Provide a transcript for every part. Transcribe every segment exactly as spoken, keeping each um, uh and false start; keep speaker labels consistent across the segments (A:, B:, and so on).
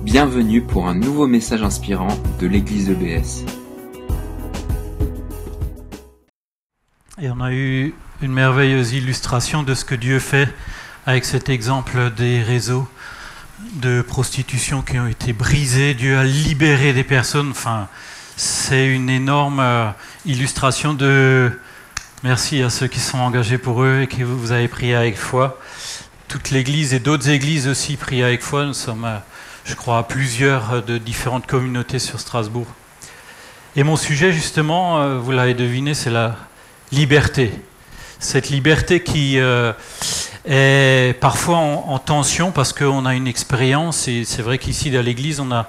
A: Bienvenue pour un nouveau message inspirant de l'église E B S.
B: Et on a eu une merveilleuse illustration de ce que Dieu fait avec cet exemple des réseaux de prostitution qui ont été brisés. Dieu a libéré des personnes. Enfin, c'est une énorme illustration de... Merci à ceux qui sont engagés pour eux et qui vous avez prié avec foi. Toute l'église et d'autres églises aussi prient avec foi. Nous sommes, je crois, à plusieurs de différentes communautés sur Strasbourg. Et mon sujet, justement, vous l'avez deviné, c'est la liberté. Cette liberté qui euh, est parfois en, en tension parce qu'on a une expérience, et c'est vrai qu'ici, dans l'église, on a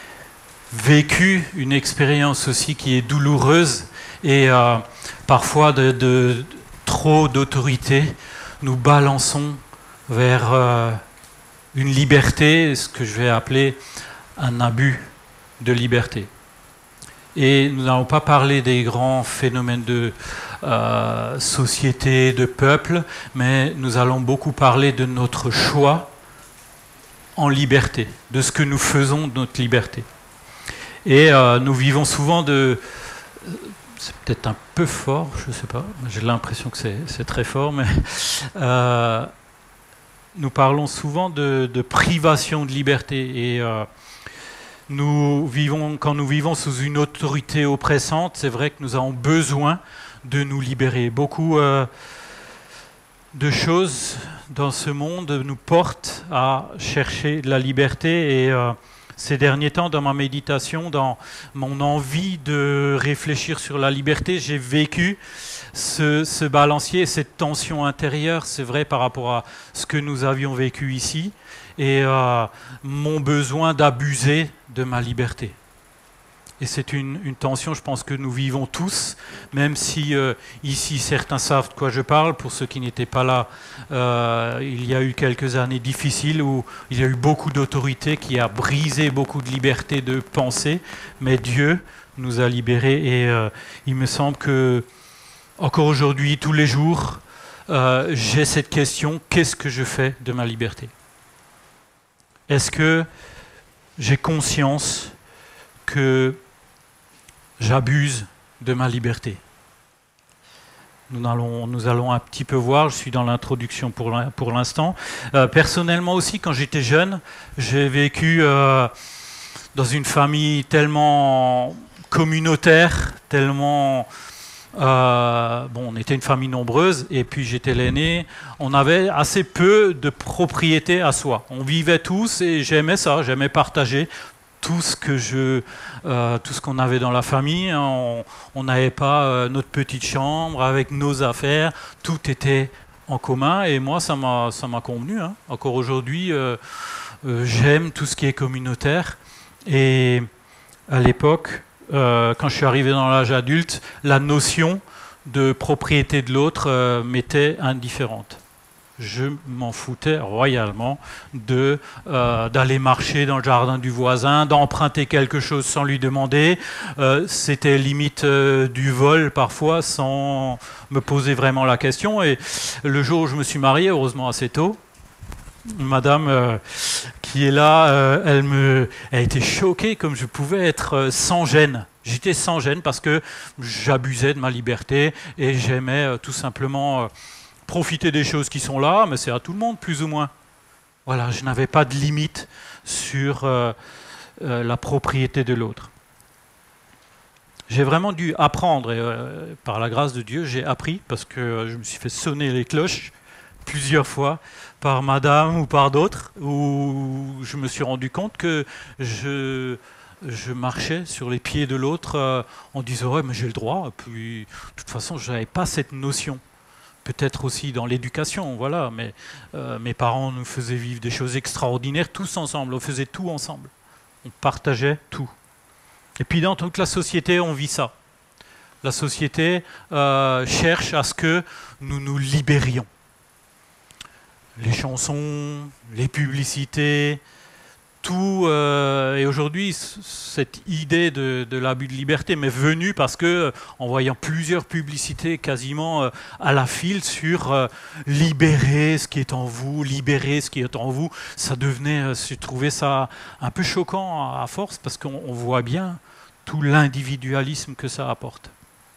B: vécu une expérience aussi qui est douloureuse et euh, parfois de, de trop d'autorité, nous balançons vers euh, une liberté, ce que je vais appeler un abus de liberté. Et nous n'allons pas parler des grands phénomènes de euh, société, de peuple, mais nous allons beaucoup parler de notre choix en liberté, de ce que nous faisons de notre liberté. Et euh, nous vivons souvent de... C'est peut-être un peu fort, je ne sais pas, j'ai l'impression que c'est, c'est très fort, mais... Euh, nous parlons souvent de, de privation de liberté. Et euh, nous vivons, quand nous vivons sous une autorité oppressante, c'est vrai que nous avons besoin de nous libérer. Beaucoup euh, de choses dans ce monde nous portent à chercher de la liberté. Et euh, ces derniers temps, dans ma méditation, dans mon envie de réfléchir sur la liberté, j'ai vécu ce, ce balancier, cette tension intérieure, c'est vrai par rapport à ce que nous avions vécu ici, et euh, mon besoin d'abuser de ma liberté. Et c'est une, une tension, je pense, que nous vivons tous, même si euh, ici certains savent de quoi je parle. Pour ceux qui n'étaient pas là, euh, il y a eu quelques années difficiles où il y a eu beaucoup d'autorité qui a brisé beaucoup de liberté de penser, mais Dieu nous a libérés. Et euh, il me semble que encore aujourd'hui, tous les jours, euh, j'ai cette question, qu'est-ce que je fais de ma liberté ? Est-ce que j'ai conscience que j'abuse de ma liberté ? Nous allons, nous allons un petit peu voir, je suis dans l'introduction pour, pour l'instant. Euh, personnellement aussi, quand j'étais jeune, j'ai vécu euh, dans une famille tellement communautaire, tellement... Euh, bon, on était une famille nombreuse et puis j'étais l'aîné. On avait assez peu de propriété à soi. On vivait tous et j'aimais ça, j'aimais partager tout ce que je, euh, tout ce qu'on avait dans la famille. On n'avait pas euh, notre petite chambre avec nos affaires. Tout était en commun et moi, ça m'a, ça m'a convenu. Hein. Encore aujourd'hui, euh, euh, j'aime tout ce qui est communautaire. Et à l'époque, Euh, quand je suis arrivé dans l'âge adulte, la notion de propriété de l'autre euh, m'était indifférente. Je m'en foutais royalement de, euh, d'aller marcher dans le jardin du voisin, d'emprunter quelque chose sans lui demander. Euh, c'était limite euh, du vol parfois sans me poser vraiment la question. Et le jour où je me suis marié, heureusement assez tôt, Madame euh, qui est là, euh, elle, me, elle a été choquée comme je pouvais être euh, sans gêne. J'étais sans gêne parce que j'abusais de ma liberté et j'aimais euh, tout simplement euh, profiter des choses qui sont là, mais c'est à tout le monde plus ou moins. Voilà, je n'avais pas de limite sur euh, euh, la propriété de l'autre. J'ai vraiment dû apprendre, et euh, par la grâce de Dieu, j'ai appris parce que euh, je me suis fait sonner les cloches plusieurs fois par madame ou par d'autres, où je me suis rendu compte que je, je marchais sur les pieds de l'autre euh, en disant ouais, mais j'ai le droit. Puis, de toute façon, je n'avais pas cette notion. Peut-être aussi dans l'éducation, voilà. Mais euh, mes parents nous faisaient vivre des choses extraordinaires tous ensemble. On faisait tout ensemble. On partageait tout. Et puis dans toute la société, on vit ça. La société euh, cherche à ce que nous nous libérions. Les chansons, les publicités, tout, euh, et aujourd'hui, cette idée de, de l'abus de liberté m'est venue parce que, en voyant plusieurs publicités quasiment euh, à la file sur euh, libérer ce qui est en vous, libérer ce qui est en vous, ça devenait, euh, j'ai trouvé ça un peu choquant à, à force parce qu'on on voit bien tout l'individualisme que ça apporte.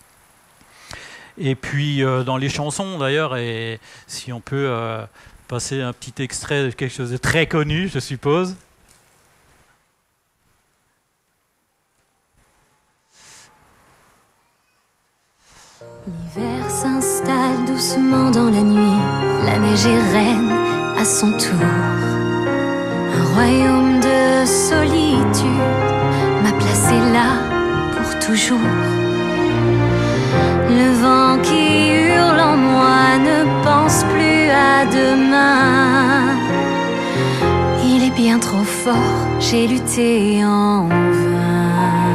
B: Et puis euh, dans les chansons d'ailleurs, et si on peut euh, passer un petit extrait de quelque chose de très connu, je suppose.
C: L'hiver s'installe doucement dans la nuit, la neige est reine à son tour. Un royaume de solitude m'a placé là pour toujours. Le vent qui hurle en moi ne pense plus à demain. Il est bien trop fort, j'ai lutté en vain.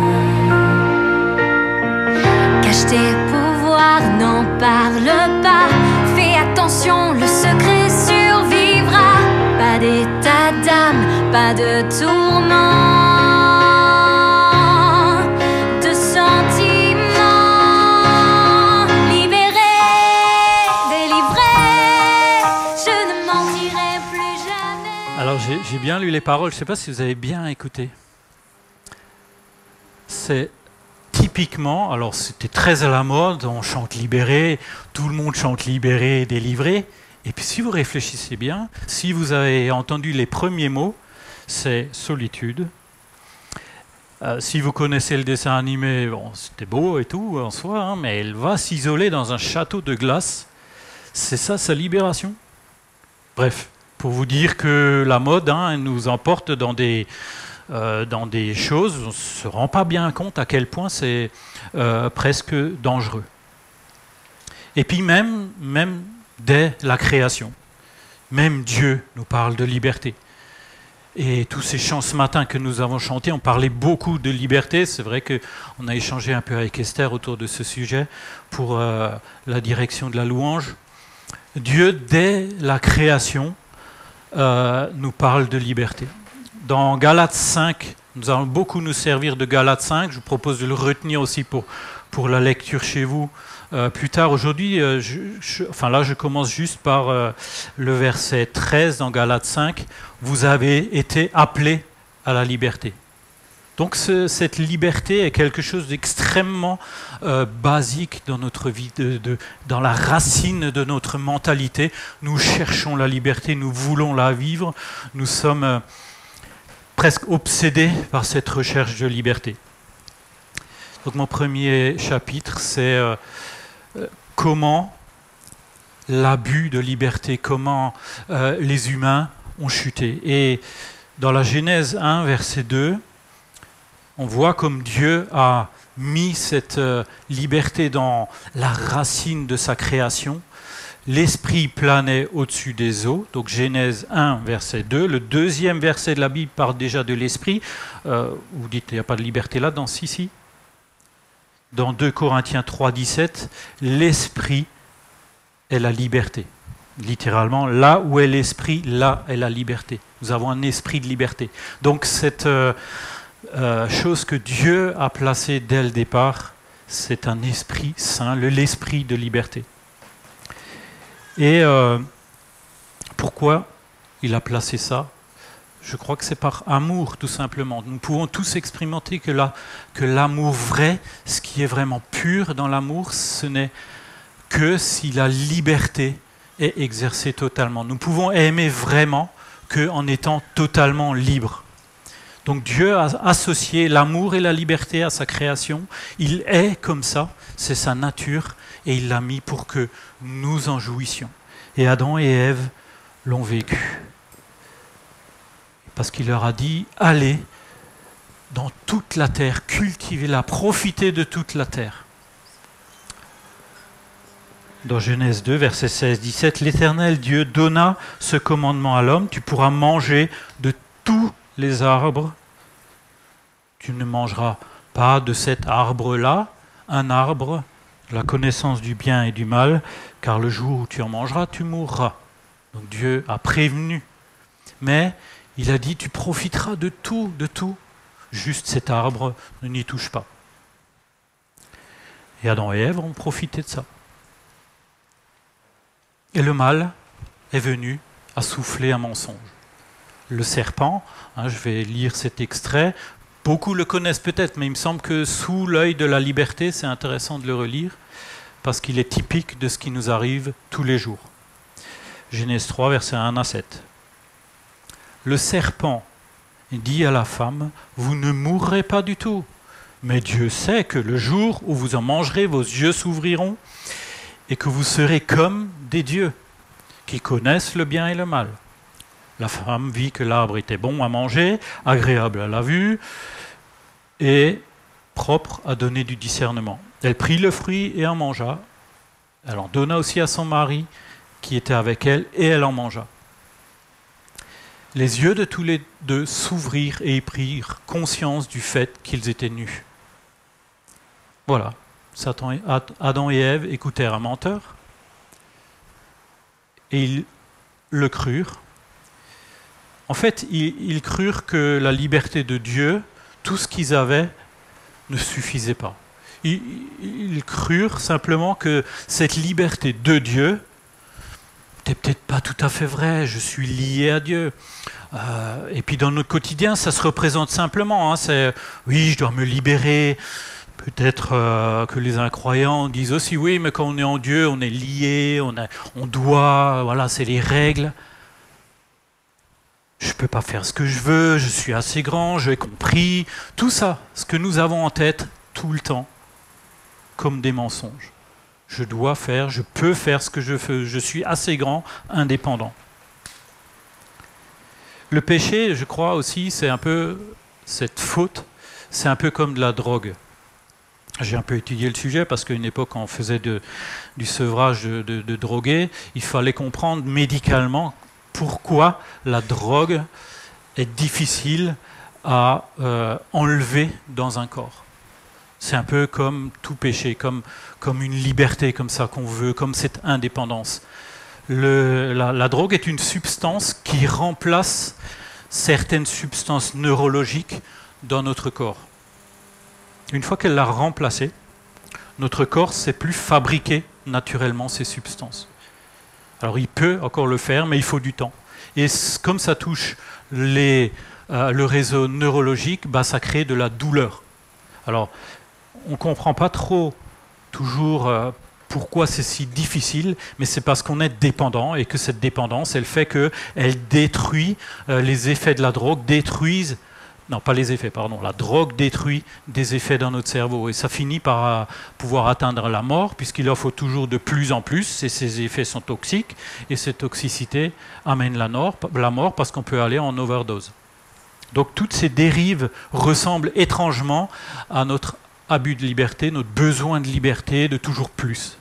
C: Cache tes pouvoirs, n'en parle pas. Fais attention, le secret survivra. Pas d'état d'âme, pas de tourment.
B: Alors j'ai bien lu les paroles, je ne sais pas si vous avez bien écouté. C'est typiquement, alors c'était très à la mode, on chante libéré, tout le monde chante libéré, délivré. Et puis si vous réfléchissez bien, si vous avez entendu les premiers mots, c'est solitude. Euh, si vous connaissez le dessin animé, bon, c'était beau et tout en soi, hein, mais elle va s'isoler dans un château de glace. C'est ça sa libération. Bref. Pour vous dire que la mode hein, nous emporte dans des, euh, dans des choses, on ne se rend pas bien compte à quel point c'est euh, presque dangereux. Et puis même, même dès la création, même Dieu nous parle de liberté. Et tous ces chants ce matin que nous avons chantés, on parlait beaucoup de liberté. C'est vrai qu'on a échangé un peu avec Esther autour de ce sujet pour euh, la direction de la louange. Dieu, dès la création, Euh, nous parle de liberté. Dans Galates cinq, nous allons beaucoup nous servir de Galates cinq, je vous propose de le retenir aussi pour, pour la lecture chez vous euh, plus tard. Aujourd'hui, euh, je, je, enfin là je commence juste par euh, le verset treize dans Galates cinq, vous avez été appelés à la liberté. Donc ce, cette liberté est quelque chose d'extrêmement euh, basique dans notre vie, de, de, dans la racine de notre mentalité. Nous cherchons la liberté, nous voulons la vivre, nous sommes euh, presque obsédés par cette recherche de liberté. Donc mon premier chapitre, c'est euh, comment l'abus de liberté, comment euh, les humains ont chuté. Et dans la Genèse un, verset deux, on voit comme Dieu a mis cette euh, liberté dans la racine de sa création. L'esprit planait au-dessus des eaux. Donc Genèse un, verset deux. Le deuxième verset de la Bible parle déjà de l'esprit. Euh, vous dites, il n'y a pas de liberté là-dedans? Si, si. Dans deux Corinthiens trois, dix-sept, l'esprit est la liberté. Littéralement, là où est l'esprit, là est la liberté. Nous avons un esprit de liberté. Donc cette... Euh, Euh, chose que Dieu a placée dès le départ, c'est un esprit saint, l'esprit de liberté. Et euh, pourquoi il a placé ça? Je crois que c'est par amour, tout simplement. Nous pouvons tous expérimenter que, la, que l'amour vrai, ce qui est vraiment pur dans l'amour, ce n'est que si la liberté est exercée totalement. Nous pouvons aimer vraiment qu'en étant totalement libres. Donc Dieu a associé l'amour et la liberté à sa création. Il est comme ça, c'est sa nature, et il l'a mis pour que nous en jouissions. Et Adam et Ève l'ont vécu. Parce qu'il leur a dit, allez dans toute la terre, cultivez-la, profitez de toute la terre. Dans Genèse deux, versets seize dix-sept, l'Éternel Dieu donna ce commandement à l'homme, tu pourras manger de tous les arbres, tu ne mangeras pas de cet arbre-là, un arbre, la connaissance du bien et du mal, car le jour où tu en mangeras, tu mourras. Donc Dieu a prévenu, mais Il a dit, tu profiteras de tout, de tout. Juste cet arbre, ne n'y touche pas. Et Adam et Ève ont profité de ça. Et le mal est venu à souffler un mensonge. Le serpent, hein, je vais lire cet extrait, beaucoup le connaissent peut-être, mais il me semble que sous l'œil de la liberté, c'est intéressant de le relire, parce qu'il est typique de ce qui nous arrive tous les jours. Genèse trois, versets un à sept. Le serpent dit à la femme, « Vous ne mourrez pas du tout, mais Dieu sait que le jour où vous en mangerez, vos yeux s'ouvriront, et que vous serez comme des dieux, qui connaissent le bien et le mal. » La femme vit que l'arbre était bon à manger, agréable à la vue, et propre à donner du discernement. Elle prit le fruit et en mangea. Elle en donna aussi à son mari, qui était avec elle, et elle en mangea. Les yeux de tous les deux s'ouvrirent et ils prirent conscience du fait qu'ils étaient nus. Voilà, Adam et Ève écoutèrent un menteur et ils le crurent. En fait, ils, ils crurent que la liberté de Dieu, tout ce qu'ils avaient, ne suffisait pas. Ils, ils crurent simplement que cette liberté de Dieu n'était peut-être pas tout à fait vraie, je suis lié à Dieu. Euh, et puis dans notre quotidien, ça se représente simplement. Hein, c'est, oui, je dois me libérer. Peut-être euh, que les incroyants disent aussi, oui, mais quand on est en Dieu, on est lié, on, a, on doit, voilà, c'est les règles. Je ne peux pas faire ce que je veux, je suis assez grand, j'ai compris. Tout ça, ce que nous avons en tête tout le temps, comme des mensonges. Je dois faire, je peux faire ce que je veux, je suis assez grand, indépendant. Le péché, je crois aussi, c'est un peu, cette faute, c'est un peu comme de la drogue. J'ai un peu étudié le sujet parce qu'à une époque, quand on faisait de, du sevrage de, de, de drogués, il fallait comprendre médicalement pourquoi la drogue est difficile à euh, enlever dans un corps. C'est un peu comme tout péché, comme, comme une liberté comme ça qu'on veut, comme cette indépendance. Le, la, la drogue est une substance qui remplace certaines substances neurologiques dans notre corps. Une fois qu'elle l'a remplacée, notre corps ne sait plus fabriquer naturellement ces substances. Alors il peut encore le faire, mais il faut du temps. Et comme ça touche les, euh, le réseau neurologique, bah, ça crée de la douleur. Alors, on ne comprend pas trop toujours euh, pourquoi c'est si difficile, mais c'est parce qu'on est dépendant et que cette dépendance, elle fait qu'elle détruit euh, les effets de la drogue, détruisent, non pas les effets, pardon, la drogue détruit des effets dans notre cerveau et ça finit par euh, pouvoir atteindre la mort puisqu'il en faut toujours de plus en plus et ces effets sont toxiques et cette toxicité amène la, nord, la mort parce qu'on peut aller en overdose. Donc toutes ces dérives ressemblent étrangement à notre abus de liberté, notre besoin de liberté, de toujours plus.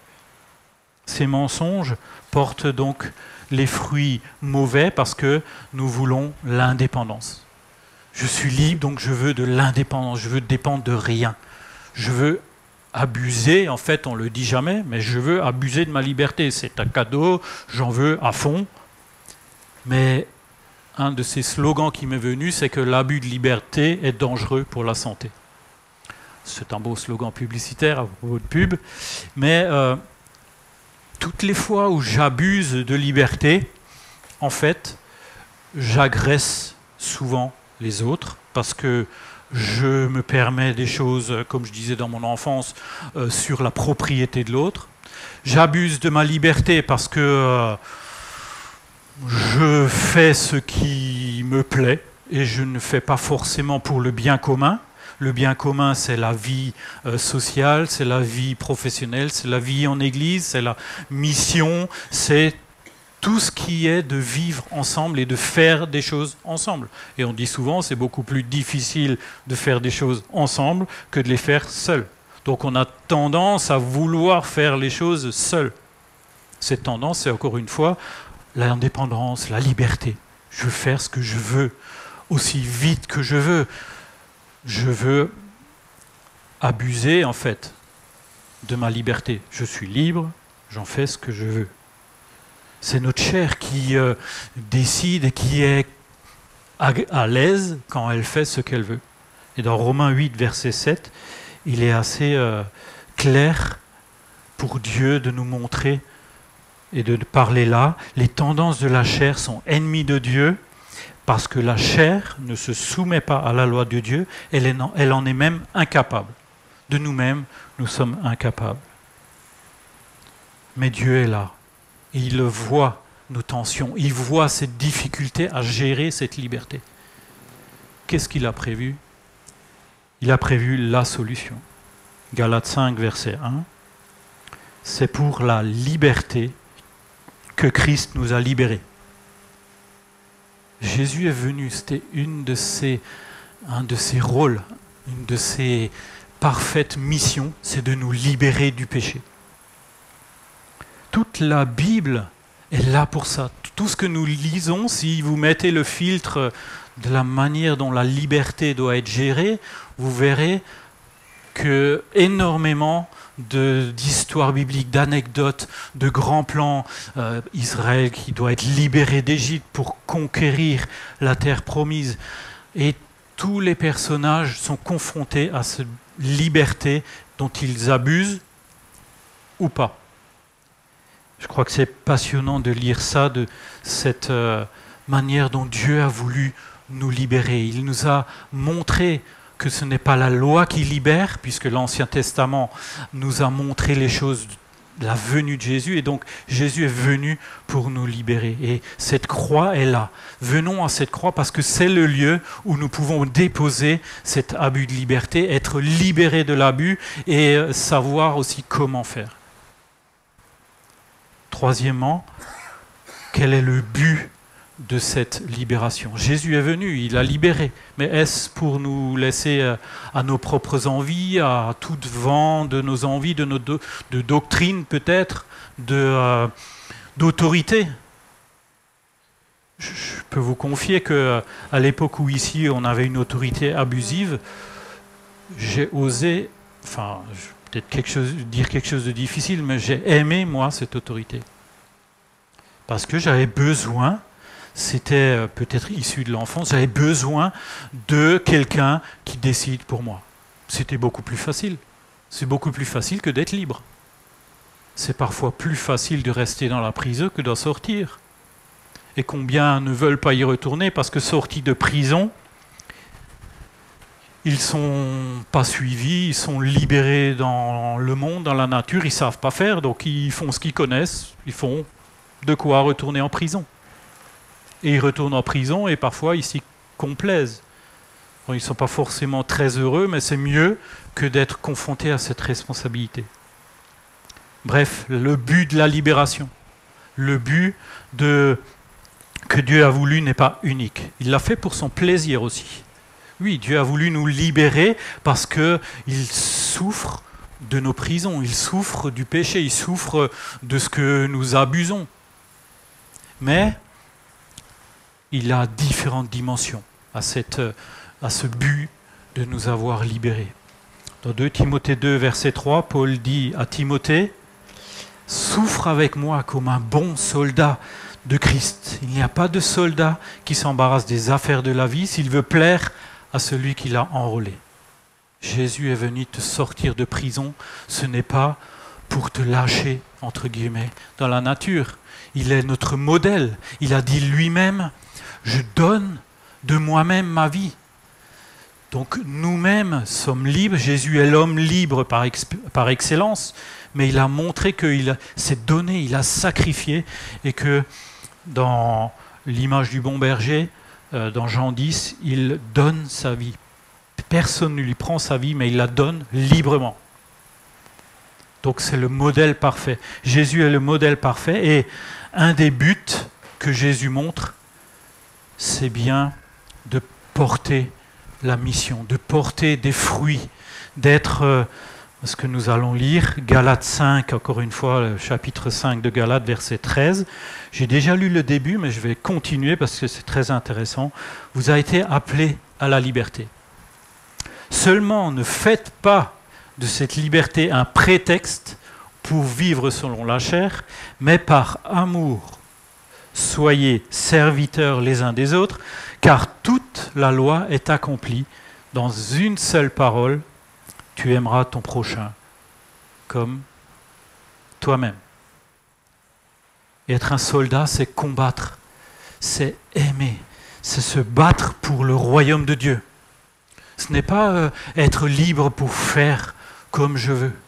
B: Ces mensonges portent donc les fruits mauvais parce que nous voulons l'indépendance. Je suis libre, donc je veux de l'indépendance, je veux dépendre de rien. Je veux abuser, en fait on ne le dit jamais, mais je veux abuser de ma liberté. C'est un cadeau, j'en veux à fond. Mais un de ces slogans qui m'est venu, c'est que l'abus de liberté est dangereux pour la santé. C'est un beau slogan publicitaire à propos de pub, mais euh, toutes les fois où j'abuse de liberté, en fait, j'agresse souvent les autres parce que je me permets des choses, comme je disais dans mon enfance, euh, sur la propriété de l'autre. J'abuse de ma liberté parce que euh, je fais ce qui me plaît et je ne fais pas forcément pour le bien commun. Le bien commun, c'est la vie euh, sociale, c'est la vie professionnelle, c'est la vie en église, c'est la mission, c'est tout ce qui est de vivre ensemble et de faire des choses ensemble. Et on dit souvent, c'est beaucoup plus difficile de faire des choses ensemble que de les faire seuls. Donc on a tendance à vouloir faire les choses seuls. Cette tendance, c'est encore une fois l'indépendance, la liberté. Je veux faire ce que je veux, aussi vite que je veux. Je veux abuser, en fait, de ma liberté. Je suis libre, j'en fais ce que je veux. C'est notre chair qui euh, décide et qui est à, à l'aise quand elle fait ce qu'elle veut. Et dans Romains huit, verset sept, il est assez euh, clair pour Dieu de nous montrer et de parler là. Les tendances de la chair sont ennemies de Dieu parce que la chair ne se soumet pas à la loi de Dieu, elle, est, elle en est même incapable. De nous-mêmes, nous sommes incapables. Mais Dieu est là. Et il voit nos tensions, il voit cette difficulté à gérer cette liberté. Qu'est-ce qu'il a prévu ? Il a prévu la solution. Galates cinq, verset un. C'est pour la liberté que Christ nous a libérés. Jésus est venu, c'était une de ses, un de ses rôles, une de ses parfaites missions, c'est de nous libérer du péché. Toute la Bible est là pour ça. Tout ce que nous lisons, si vous mettez le filtre de la manière dont la liberté doit être gérée, vous verrez que énormément de, d'histoires bibliques, d'anecdotes, de grands plans, euh, Israël qui doit être libéré d'Égypte pour conquérir la terre promise. Et tous les personnages sont confrontés à cette liberté dont ils abusent ou pas. Je crois que c'est passionnant de lire ça, de cette euh, manière dont Dieu a voulu nous libérer. Il nous a montré que ce n'est pas la loi qui libère, puisque l'Ancien Testament nous a montré les choses de la venue de Jésus, et donc Jésus est venu pour nous libérer. Et cette croix est là. Venons à cette croix parce que c'est le lieu où nous pouvons déposer cet abus de liberté, être libérés de l'abus et savoir aussi comment faire. Troisièmement, quel est le but de cette libération ? Jésus est venu, il a libéré. Mais est-ce pour nous laisser à nos propres envies, à tout vent de nos envies, de nos do- de doctrine peut-être, de, euh, d'autorité ? Je peux vous confier qu'à l'époque où ici on avait une autorité abusive, j'ai osé, enfin peut-être quelque chose, dire quelque chose de difficile, mais j'ai aimé moi cette autorité. Parce que j'avais besoin, c'était peut-être issu de l'enfance, j'avais besoin de quelqu'un qui décide pour moi. C'était beaucoup plus facile. C'est beaucoup plus facile que d'être libre. C'est parfois plus facile de rester dans la prison que d'en sortir. Et combien ne veulent pas y retourner parce que sortis de prison, ils ne sont pas suivis, ils sont libérés dans le monde, dans la nature, ils ne savent pas faire, donc ils font ce qu'ils connaissent, ils font de quoi retourner en prison. Et ils retournent en prison et parfois ils s'y complaisent. Bon, ils ne sont pas forcément très heureux, mais c'est mieux que d'être confrontés à cette responsabilité. Bref, le but de la libération, le but de, que Dieu a voulu n'est pas unique. Il l'a fait pour son plaisir aussi. Oui, Dieu a voulu nous libérer parce qu'il souffre de nos prisons, il souffre du péché, il souffre de ce que nous abusons. Mais il a différentes dimensions à, cette, à ce but de nous avoir libérés. Dans deux Timothée deux, verset trois, Paul dit à Timothée, « Souffre avec moi comme un bon soldat de Christ. Il n'y a pas de soldat qui s'embarrasse des affaires de la vie s'il veut plaire à celui qui l'a enrôlé. » Jésus est venu te sortir de prison, ce n'est pas pour te lâcher, entre guillemets, dans la nature. Il est notre modèle. Il a dit lui-même, je donne de moi-même ma vie. Donc nous-mêmes sommes libres. Jésus est l'homme libre par, ex- par excellence, mais il a montré qu'il s'est donné, il a sacrifié, et que dans l'image du bon berger, euh, dans Jean dix, il donne sa vie. Personne ne lui prend sa vie, mais il la donne librement. Donc c'est le modèle parfait. Jésus est le modèle parfait, et un des buts que Jésus montre, c'est bien de porter la mission, de porter des fruits, d'être, euh, ce que nous allons lire, Galates cinq, encore une fois, le chapitre cinq de Galates, verset treize. J'ai déjà lu le début, mais je vais continuer parce que c'est très intéressant. Vous avez été appelés à la liberté. Seulement, ne faites pas de cette liberté un prétexte pour vivre selon la chair, mais par amour, soyez serviteurs les uns des autres, car toute la loi est accomplie dans une seule parole, tu aimeras ton prochain comme toi-même. Et être un soldat, c'est combattre, c'est aimer, c'est se battre pour le royaume de Dieu. Ce n'est pas euh, être libre pour faire comme je veux.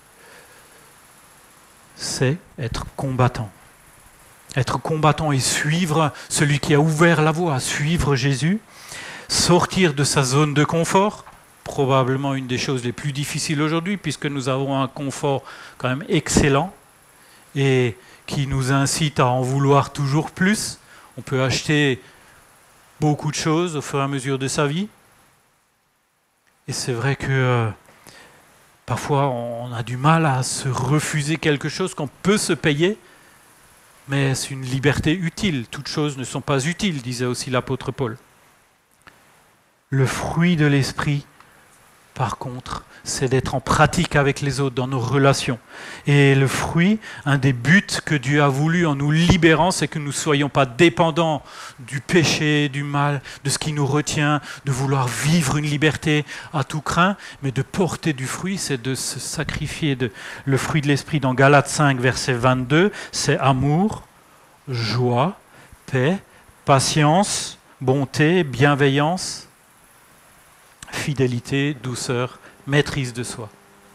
B: C'est être combattant. Être combattant et suivre celui qui a ouvert la voie, suivre Jésus, sortir de sa zone de confort, probablement une des choses les plus difficiles aujourd'hui, puisque nous avons un confort quand même excellent et qui nous incite à en vouloir toujours plus. On peut acheter beaucoup de choses au fur et à mesure de sa vie. Et c'est vrai que euh, parfois on a du mal à se refuser quelque chose qu'on peut se payer, mais c'est une liberté utile. Toutes choses ne sont pas utiles, disait aussi l'apôtre Paul. Le fruit de l'esprit, par contre, c'est d'être en pratique avec les autres dans nos relations. Et le fruit, un des buts que Dieu a voulu en nous libérant, c'est que nous ne soyons pas dépendants du péché, du mal, de ce qui nous retient, de vouloir vivre une liberté à tout craint, mais de porter du fruit, c'est de se sacrifier. De... Le fruit de l'esprit dans Galates cinq, verset vingt-deux, c'est amour, joie, paix, patience, bonté, bienveillance, fidélité, douceur, maîtrise de soi.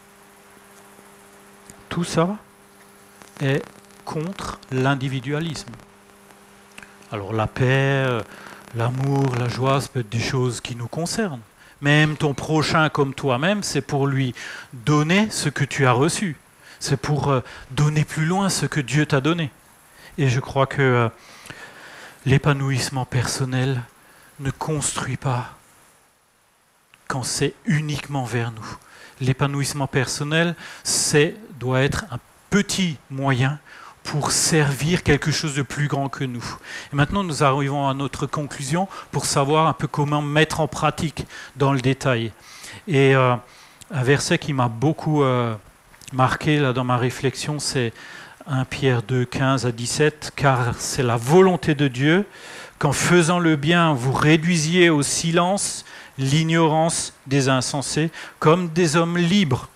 B: Tout ça est contre l'individualisme. Alors la paix, l'amour, la joie, ça peut être des choses qui nous concernent. Même ton prochain comme toi-même, c'est pour lui donner ce que tu as reçu. C'est pour donner plus loin ce que Dieu t'a donné. Et je crois que l'épanouissement personnel ne construit pas quand c'est uniquement vers nous. L'épanouissement personnel, c'est, doit être un petit moyen pour servir quelque chose de plus grand que nous. Et maintenant, nous arrivons à notre conclusion pour savoir un peu comment mettre en pratique dans le détail. Et euh, un verset qui m'a beaucoup euh, marqué là, dans ma réflexion, c'est premier Pierre deux, quinze à dix-sept, « Car c'est la volonté de Dieu qu'en faisant le bien, vous réduisiez au silence l'ignorance des insensés comme des hommes libres,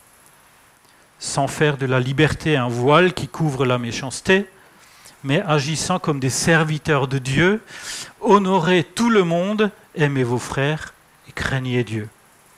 B: sans faire de la liberté un voile qui couvre la méchanceté, mais agissant comme des serviteurs de Dieu, honorez tout le monde, aimez vos frères et craignez Dieu. »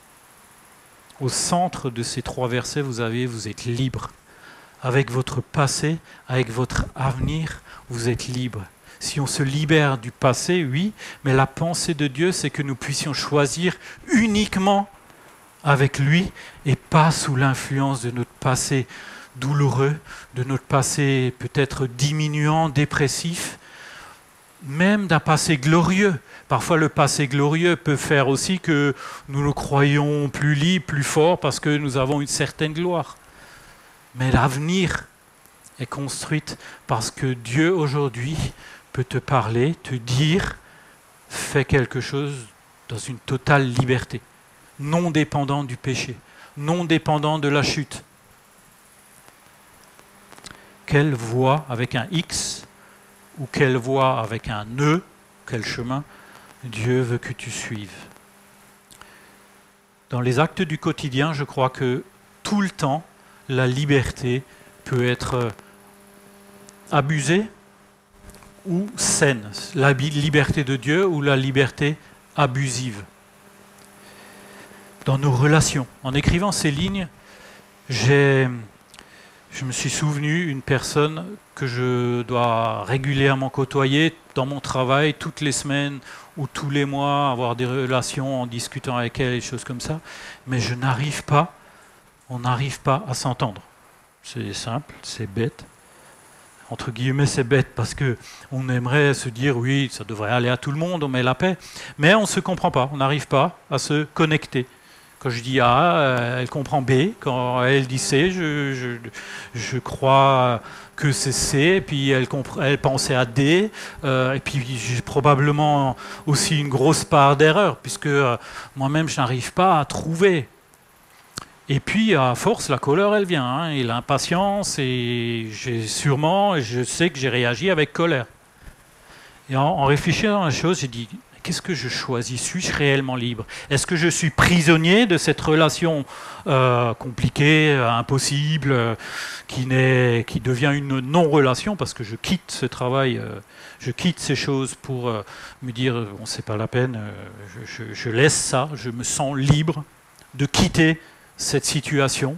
B: Au centre de ces trois versets, vous avez, vous êtes libre. Avec votre passé, avec votre avenir, vous êtes libre. Si on se libère du passé, oui, mais la pensée de Dieu, c'est que nous puissions choisir uniquement avec lui et pas sous l'influence de notre passé douloureux, de notre passé peut-être diminuant, dépressif, même d'un passé glorieux. Parfois, le passé glorieux peut faire aussi que nous nous croyons plus libres, plus forts, parce que nous avons une certaine gloire. Mais l'avenir est construit parce que Dieu, aujourd'hui, peut te parler, te dire, fais quelque chose dans une totale liberté, non dépendant du péché, non dépendant de la chute. Quelle voie avec un X ou quelle voie avec un E, quel chemin Dieu veut que tu suives. Dans les actes du quotidien, je crois que tout le temps, la liberté peut être abusée ou saine, la liberté de Dieu ou la liberté abusive. Dans nos relations, en écrivant ces lignes, j'ai, je me suis souvenu une personne que je dois régulièrement côtoyer dans mon travail, toutes les semaines ou tous les mois, avoir des relations en discutant avec elle, des choses comme ça, mais je n'arrive pas, on n'arrive pas à s'entendre. C'est simple, c'est bête. Entre guillemets, c'est bête parce qu'on aimerait se dire, oui, ça devrait aller à tout le monde, on met la paix. Mais on ne se comprend pas, on n'arrive pas à se connecter. Quand je dis A, elle comprend B. Quand elle dit C, je, je, je crois que c'est C. Et puis elle, elle pensait à D. Euh, et puis j'ai probablement aussi une grosse part d'erreur, puisque euh, moi-même, je n'arrive pas à trouver. Et puis, à force, la colère, elle vient, hein, et l'impatience, et j'ai sûrement, je sais que j'ai réagi avec colère. Et en, en réfléchissant à la chose, j'ai dit, qu'est-ce que je choisis? Suis-je réellement libre? Est-ce que je suis prisonnier de cette relation euh, compliquée, euh, impossible, euh, qui, n'est, qui devient une non-relation parce que je quitte ce travail, euh, je quitte ces choses pour euh, me dire, bon, c'est pas la peine, euh, je, je, je laisse ça, je me sens libre de quitter cette situation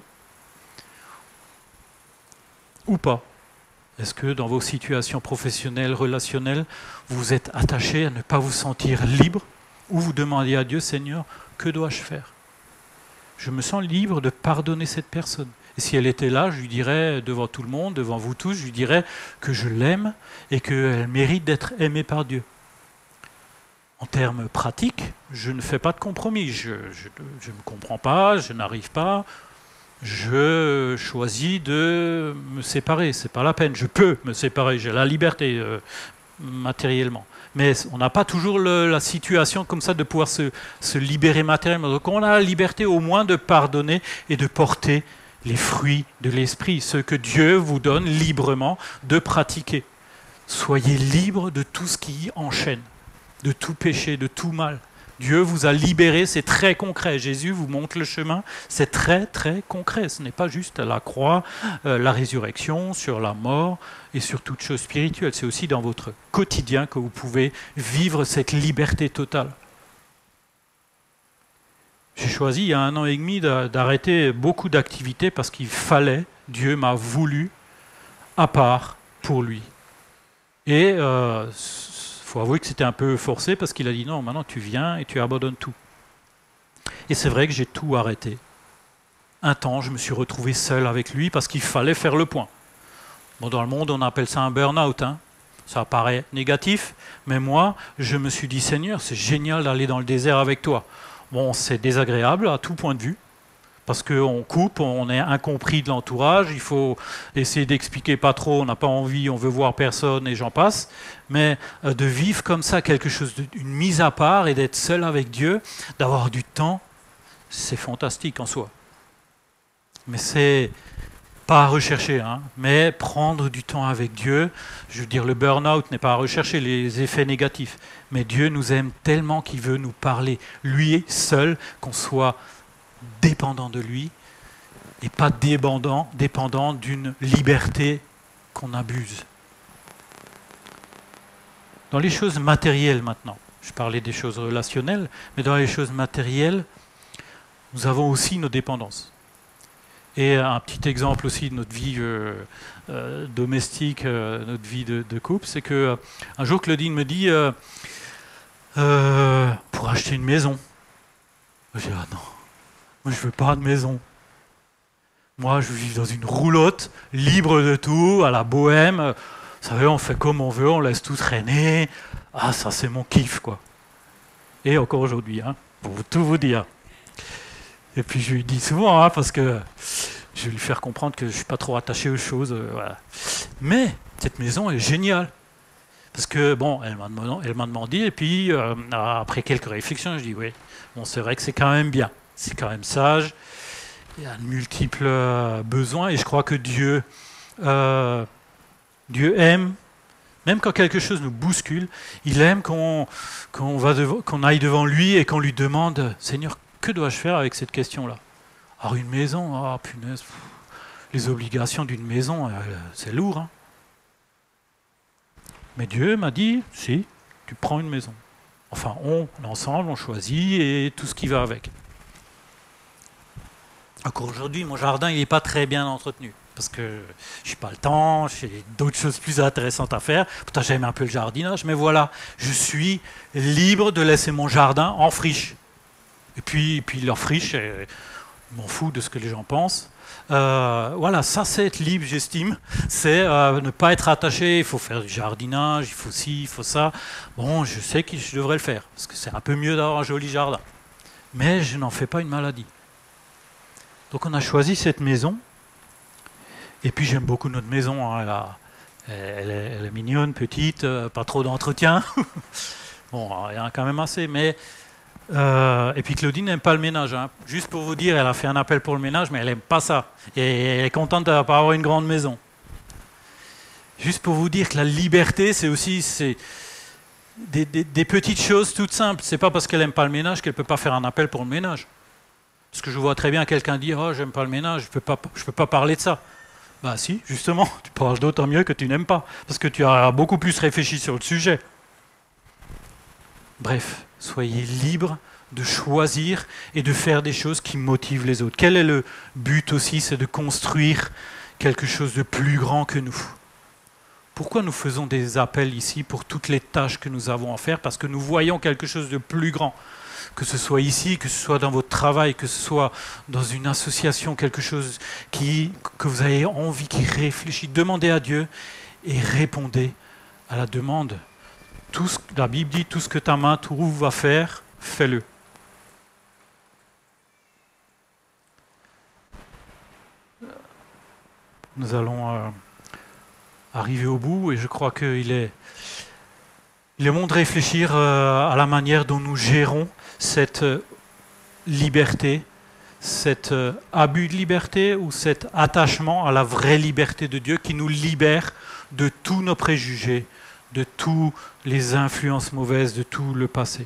B: ou pas? Est-ce que dans vos situations professionnelles, relationnelles, vous êtes attaché à ne pas vous sentir libre ou vous demandez à Dieu, Seigneur, que dois-je faire? Je me sens libre de pardonner cette personne. Et si elle était là, je lui dirais, devant tout le monde, devant vous tous, je lui dirais que je l'aime et qu'elle mérite d'être aimée par Dieu. En termes pratiques, je ne fais pas de compromis. Je ne me comprends pas, je n'arrive pas. Je choisis de me séparer, c'est pas la peine, je peux me séparer, j'ai la liberté euh, matériellement. Mais on n'a pas toujours le, la situation comme ça de pouvoir se, se libérer matériellement. Donc on a la liberté au moins de pardonner et de porter les fruits de l'esprit, ce que Dieu vous donne librement de pratiquer. Soyez libres de tout ce qui enchaîne, de tout péché, de tout mal. Dieu vous a libéré, c'est très concret. Jésus vous montre le chemin, c'est très très concret. Ce n'est pas juste la croix, euh, la résurrection, sur la mort et sur toute chose spirituelle. C'est aussi dans votre quotidien que vous pouvez vivre cette liberté totale. J'ai choisi il y a un an et demi d'arrêter beaucoup d'activités parce qu'il fallait, Dieu m'a voulu à part pour lui. Et euh, il faut avouer que c'était un peu forcé parce qu'il a dit non, maintenant tu viens et tu abandonnes tout. Et c'est vrai que j'ai tout arrêté. Un temps, je me suis retrouvé seul avec lui parce qu'il fallait faire le point. Bon, dans le monde, on appelle ça un burn-out. Hein. Ça paraît négatif, mais moi, je me suis dit, Seigneur, c'est génial d'aller dans le désert avec toi. Bon, c'est désagréable à tout point de vue. Parce qu'on coupe, on est incompris de l'entourage, il faut essayer d'expliquer pas trop, on n'a pas envie, on veut voir personne et j'en passe. Mais euh, de vivre comme ça, quelque chose, de, une mise à part et d'être seul avec Dieu, d'avoir du temps, c'est fantastique en soi. Mais c'est pas à rechercher, hein, mais prendre du temps avec Dieu. Je veux dire, le burn-out n'est pas à rechercher, les effets négatifs. Mais Dieu nous aime tellement qu'il veut nous parler, lui seul, qu'on soit dépendant de lui et pas dépendant, dépendant d'une liberté qu'on abuse. Dans les choses matérielles maintenant, je parlais des choses relationnelles, mais dans les choses matérielles, nous avons aussi nos dépendances. Et un petit exemple aussi de notre vie euh, euh, domestique, euh, notre vie de, de couple, c'est que euh, un jour Claudine me dit euh, euh, pour acheter une maison. J'ai dit ah non. Moi, je veux pas de maison. Moi, je veux vivre dans une roulotte, libre de tout, à la bohème. Vous savez, on fait comme on veut, on laisse tout traîner. Ah, ça, c'est mon kiff, quoi. Et encore aujourd'hui, hein, pour tout vous dire. Et puis, je lui dis souvent, hein, parce que je vais lui faire comprendre que je suis pas trop attaché aux choses. Euh, voilà. Mais cette maison est géniale. Parce que, bon, elle m'a demandé, elle m'a demandé et puis, euh, après quelques réflexions, je dis, oui, bon, c'est vrai que c'est quand même bien. C'est quand même sage, il y a de multiples euh, besoins et je crois que Dieu, euh, Dieu aime, même quand quelque chose nous bouscule, il aime qu'on, qu'on, va devant, qu'on aille devant lui et qu'on lui demande « Seigneur, que dois-je faire avec cette question-là » Alors une maison, ah oh, punaise, pff, les obligations d'une maison, euh, c'est lourd. Hein. Mais Dieu m'a dit « Si, tu prends une maison. » Enfin, on, ensemble, on choisit et tout ce qui va avec. Encore aujourd'hui, mon jardin, il n'est pas très bien entretenu. Parce que je n'ai pas le temps, j'ai d'autres choses plus intéressantes à faire. Pourtant, j'aime un peu le jardinage. Mais voilà, je suis libre de laisser mon jardin en friche. Et puis, et puis leur friche, je m'en fous de ce que les gens pensent. Euh, voilà, ça c'est être libre, j'estime. C'est euh, ne pas être attaché. Il faut faire du jardinage, il faut ci, il faut ça. Bon, je sais que je devrais le faire. Parce que c'est un peu mieux d'avoir un joli jardin. Mais je n'en fais pas une maladie. Donc on a choisi cette maison, et puis j'aime beaucoup notre maison, hein. elle, a, elle, est, elle est mignonne, petite, euh, pas trop d'entretien, bon, il y en a quand même assez, mais... Euh, et puis Claudine n'aime pas le ménage, hein. Juste pour vous dire, elle a fait un appel pour le ménage, mais elle n'aime pas ça, et elle est contente de ne pas avoir une grande maison. Juste pour vous dire que la liberté, c'est aussi... c'est des, des, des petites choses toutes simples. C'est pas parce qu'elle n'aime pas le ménage qu'elle ne peut pas faire un appel pour le ménage. Parce que je vois très bien quelqu'un dire « Oh, j'aime pas le ménage, je peux pas, je peux pas parler de ça. » Bah si, justement, tu parles d'autant mieux que tu n'aimes pas, parce que tu as beaucoup plus réfléchi sur le sujet. Bref, soyez libres de choisir et de faire des choses qui motivent les autres. Quel est le but aussi? C'est de construire quelque chose de plus grand que nous. Pourquoi nous faisons des appels ici pour toutes les tâches que nous avons à faire? Parce que nous voyons quelque chose de plus grand. Que ce soit ici, que ce soit dans votre travail, que ce soit dans une association, quelque chose qui, que vous avez envie, qui réfléchit. Demandez à Dieu et répondez à la demande. Tout ce, la Bible dit, tout ce que ta main trouve à faire, fais-le. Nous allons euh, arriver au bout et je crois qu'il est, il est bon de réfléchir euh, à la manière dont nous gérons cette euh, liberté, cet euh, abus de liberté ou cet attachement à la vraie liberté de Dieu qui nous libère de tous nos préjugés, de toutes les influences mauvaises, de tout le passé.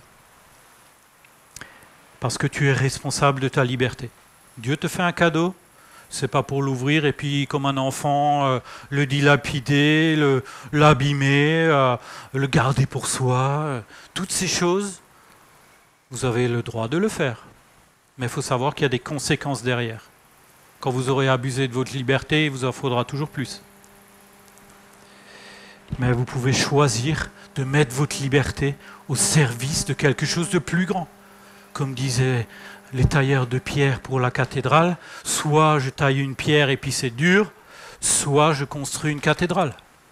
B: Parce que tu es responsable de ta liberté. Dieu te fait un cadeau. C'est pas pour l'ouvrir et puis, comme un enfant, euh, le dilapider, le, l'abîmer, euh, le garder pour soi. Euh, toutes ces choses, vous avez le droit de le faire. Mais il faut savoir qu'il y a des conséquences derrière. Quand vous aurez abusé de votre liberté, il vous en faudra toujours plus. Mais vous pouvez choisir de mettre votre liberté au service de quelque chose de plus grand. Comme disaient les tailleurs de pierre pour la cathédrale, soit je taille une pierre et puis c'est dur, soit je construis une cathédrale.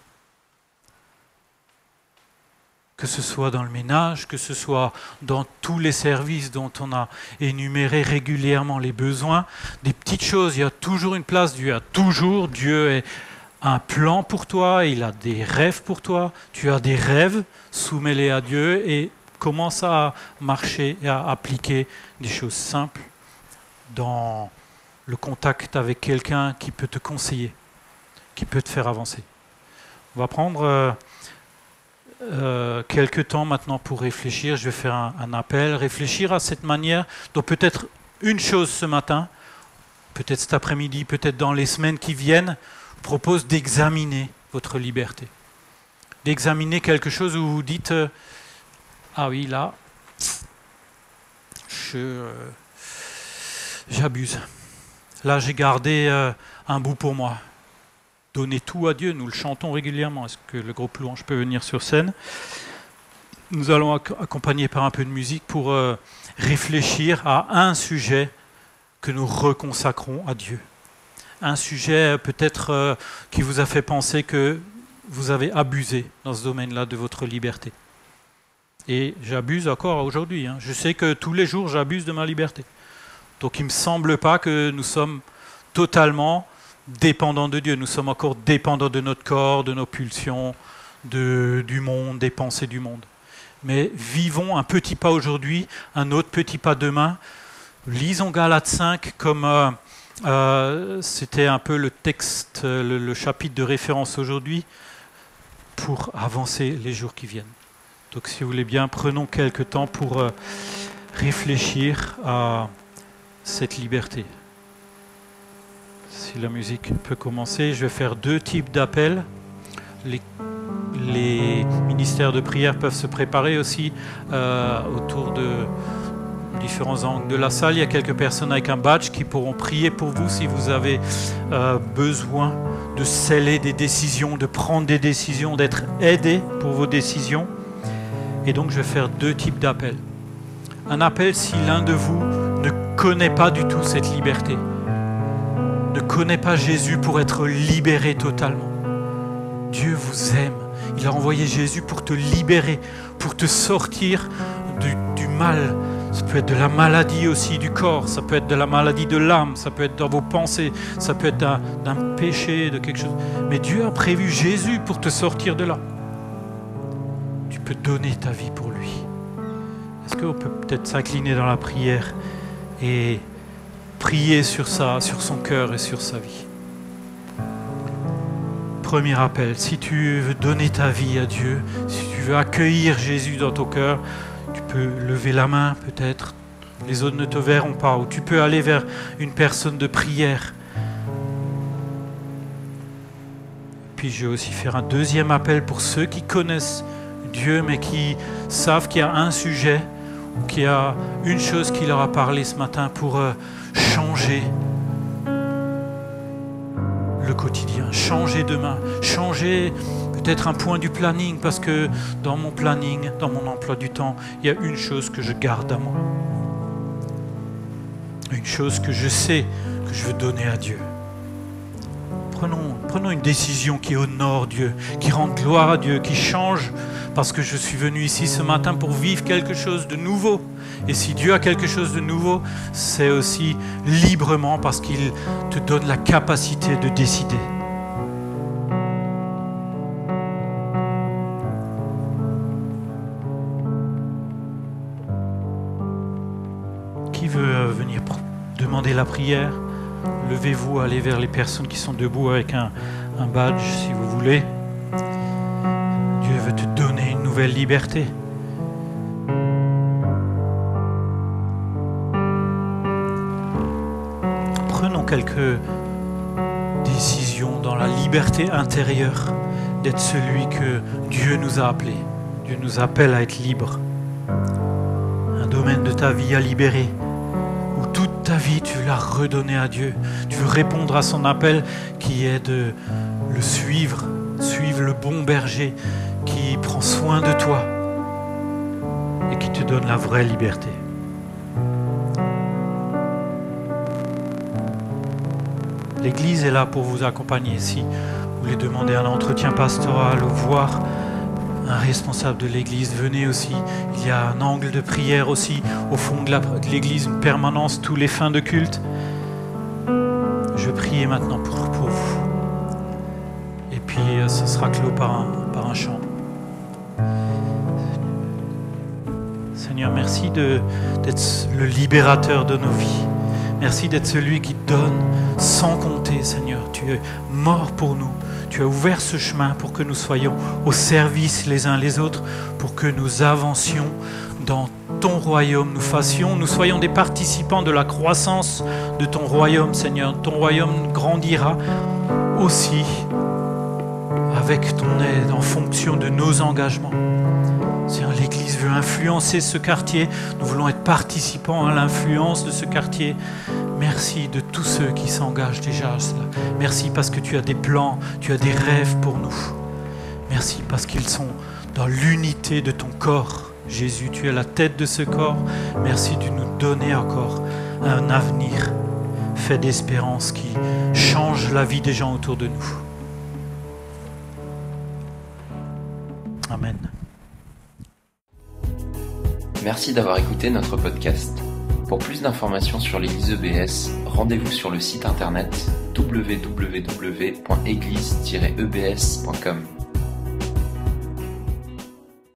B: Que ce soit dans le ménage, que ce soit dans tous les services dont on a énuméré régulièrement les besoins, des petites choses, il y a toujours une place, Dieu a toujours, Dieu est un plan pour toi, il a des rêves pour toi, tu as des rêves, soumets-les à Dieu et commence à marcher et à appliquer des choses simples dans le contact avec quelqu'un qui peut te conseiller, qui peut te faire avancer. On va prendre euh, euh, quelques temps maintenant pour réfléchir. Je vais faire un, un appel, réfléchir à cette manière. Donc peut-être une chose ce matin, peut-être cet après-midi, peut-être dans les semaines qui viennent, je vous propose d'examiner votre liberté. D'examiner quelque chose où vous vous dites euh, ah oui, là, je, euh, j'abuse. Là, j'ai gardé euh, un bout pour moi. Donnez tout à Dieu, nous le chantons régulièrement. Est-ce que le groupe louange peut venir sur scène? Nous allons ac- accompagner par un peu de musique pour euh, réfléchir à un sujet que nous reconsacrons à Dieu. Un sujet peut-être euh, qui vous a fait penser que vous avez abusé dans ce domaine-là de votre liberté. Et j'abuse encore aujourd'hui. Hein. Je sais que tous les jours, j'abuse de ma liberté. Donc il ne me semble pas que nous sommes totalement dépendants de Dieu. Nous sommes encore dépendants de notre corps, de nos pulsions, de, du monde, des pensées du monde. Mais vivons un petit pas aujourd'hui, un autre petit pas demain. Lisons Galates cinq comme euh, euh, c'était un peu le texte, le, le chapitre de référence aujourd'hui pour avancer les jours qui viennent. Donc si vous voulez bien, prenons quelques temps pour euh, réfléchir à cette liberté. Si la musique peut commencer, je vais faire deux types d'appels. Les, les ministères de prière peuvent se préparer aussi euh, autour de différents angles de la salle. Il y a quelques personnes avec un badge qui pourront prier pour vous si vous avez euh, besoin de sceller des décisions, de prendre des décisions, d'être aidé pour vos décisions. Et donc, je vais faire deux types d'appels. Un appel si l'un de vous ne connaît pas du tout cette liberté, ne connaît pas Jésus pour être libéré totalement. Dieu vous aime. Il a envoyé Jésus pour te libérer, pour te sortir du, du mal. Ça peut être de la maladie aussi du corps, ça peut être de la maladie de l'âme, ça peut être dans vos pensées, ça peut être d'un, d'un péché, de quelque chose. Mais Dieu a prévu Jésus pour te sortir de là. Tu peux donner ta vie pour lui. Est-ce qu'on peut peut-être s'incliner dans la prière et prier sur ça, sur son cœur et sur sa vie? premier appel. Si tu veux donner ta vie à Dieu, si tu veux accueillir Jésus dans ton cœur, tu peux lever la main peut-être. Les autres ne te verront pas. Ou tu peux aller vers une personne de prière. Puis je vais aussi faire un deuxième appel pour ceux qui connaissent Dieu, mais qui savent qu'il y a un sujet, ou qu'il y a une chose qui leur a parlé ce matin pour euh, changer le quotidien, changer demain, changer peut-être un point du planning, parce que dans mon planning, dans mon emploi du temps, il y a une chose que je garde à moi. Une chose que je sais que je veux donner à Dieu. Prenons, prenons une décision qui honore Dieu, qui rend gloire à Dieu, qui change, parce que je suis venu ici ce matin pour vivre quelque chose de nouveau. Et si Dieu a quelque chose de nouveau, c'est aussi librement parce qu'il te donne la capacité de décider. Qui veut venir demander la prière? Levez-vous, allez vers les personnes qui sont debout avec un, un badge si vous voulez. Dieu veut te donner une nouvelle liberté. Prenons quelques décisions dans la liberté intérieure d'être celui que Dieu nous a appelé. Dieu nous appelle à être libres. Un domaine de ta vie à libérer. Toute ta vie, tu veux la redonner à Dieu. Tu veux répondre à son appel qui est de le suivre, suivre le bon berger qui prend soin de toi et qui te donne la vraie liberté. L'Église est là pour vous accompagner. Si vous voulez demander un entretien pastoral ou voir un responsable de l'église, venez aussi. Il y a un angle de prière aussi au fond de, la, de l'église, une permanence tous les fins de culte. Je prie maintenant pour, pour vous. Et puis ce sera clos par un, par un chant. Seigneur, merci de, d'être le libérateur de nos vies. Merci d'être celui qui donne sans compter, Seigneur. Tu es mort pour nous. Tu as ouvert ce chemin pour que nous soyons au service les uns les autres, pour que nous avancions dans ton royaume, nous fassions, nous soyons des participants de la croissance de ton royaume, Seigneur. Ton royaume grandira aussi avec ton aide en fonction de nos engagements. Seigneur, l'Église veut influencer ce quartier. Nous voulons être participants à l'influence de ce quartier. Merci de tous ceux qui s'engagent déjà à cela. Merci parce que tu as des plans, tu as des rêves pour nous. Merci parce qu'ils sont dans l'unité de ton corps. Jésus, tu es la tête de ce corps. Merci de nous donner encore un avenir fait d'espérance qui change la vie des gens autour de nous. Amen.
A: Merci d'avoir écouté notre podcast. Pour plus d'informations sur l'Église E B S, rendez-vous sur le site internet w w w point église tiret e b s point com.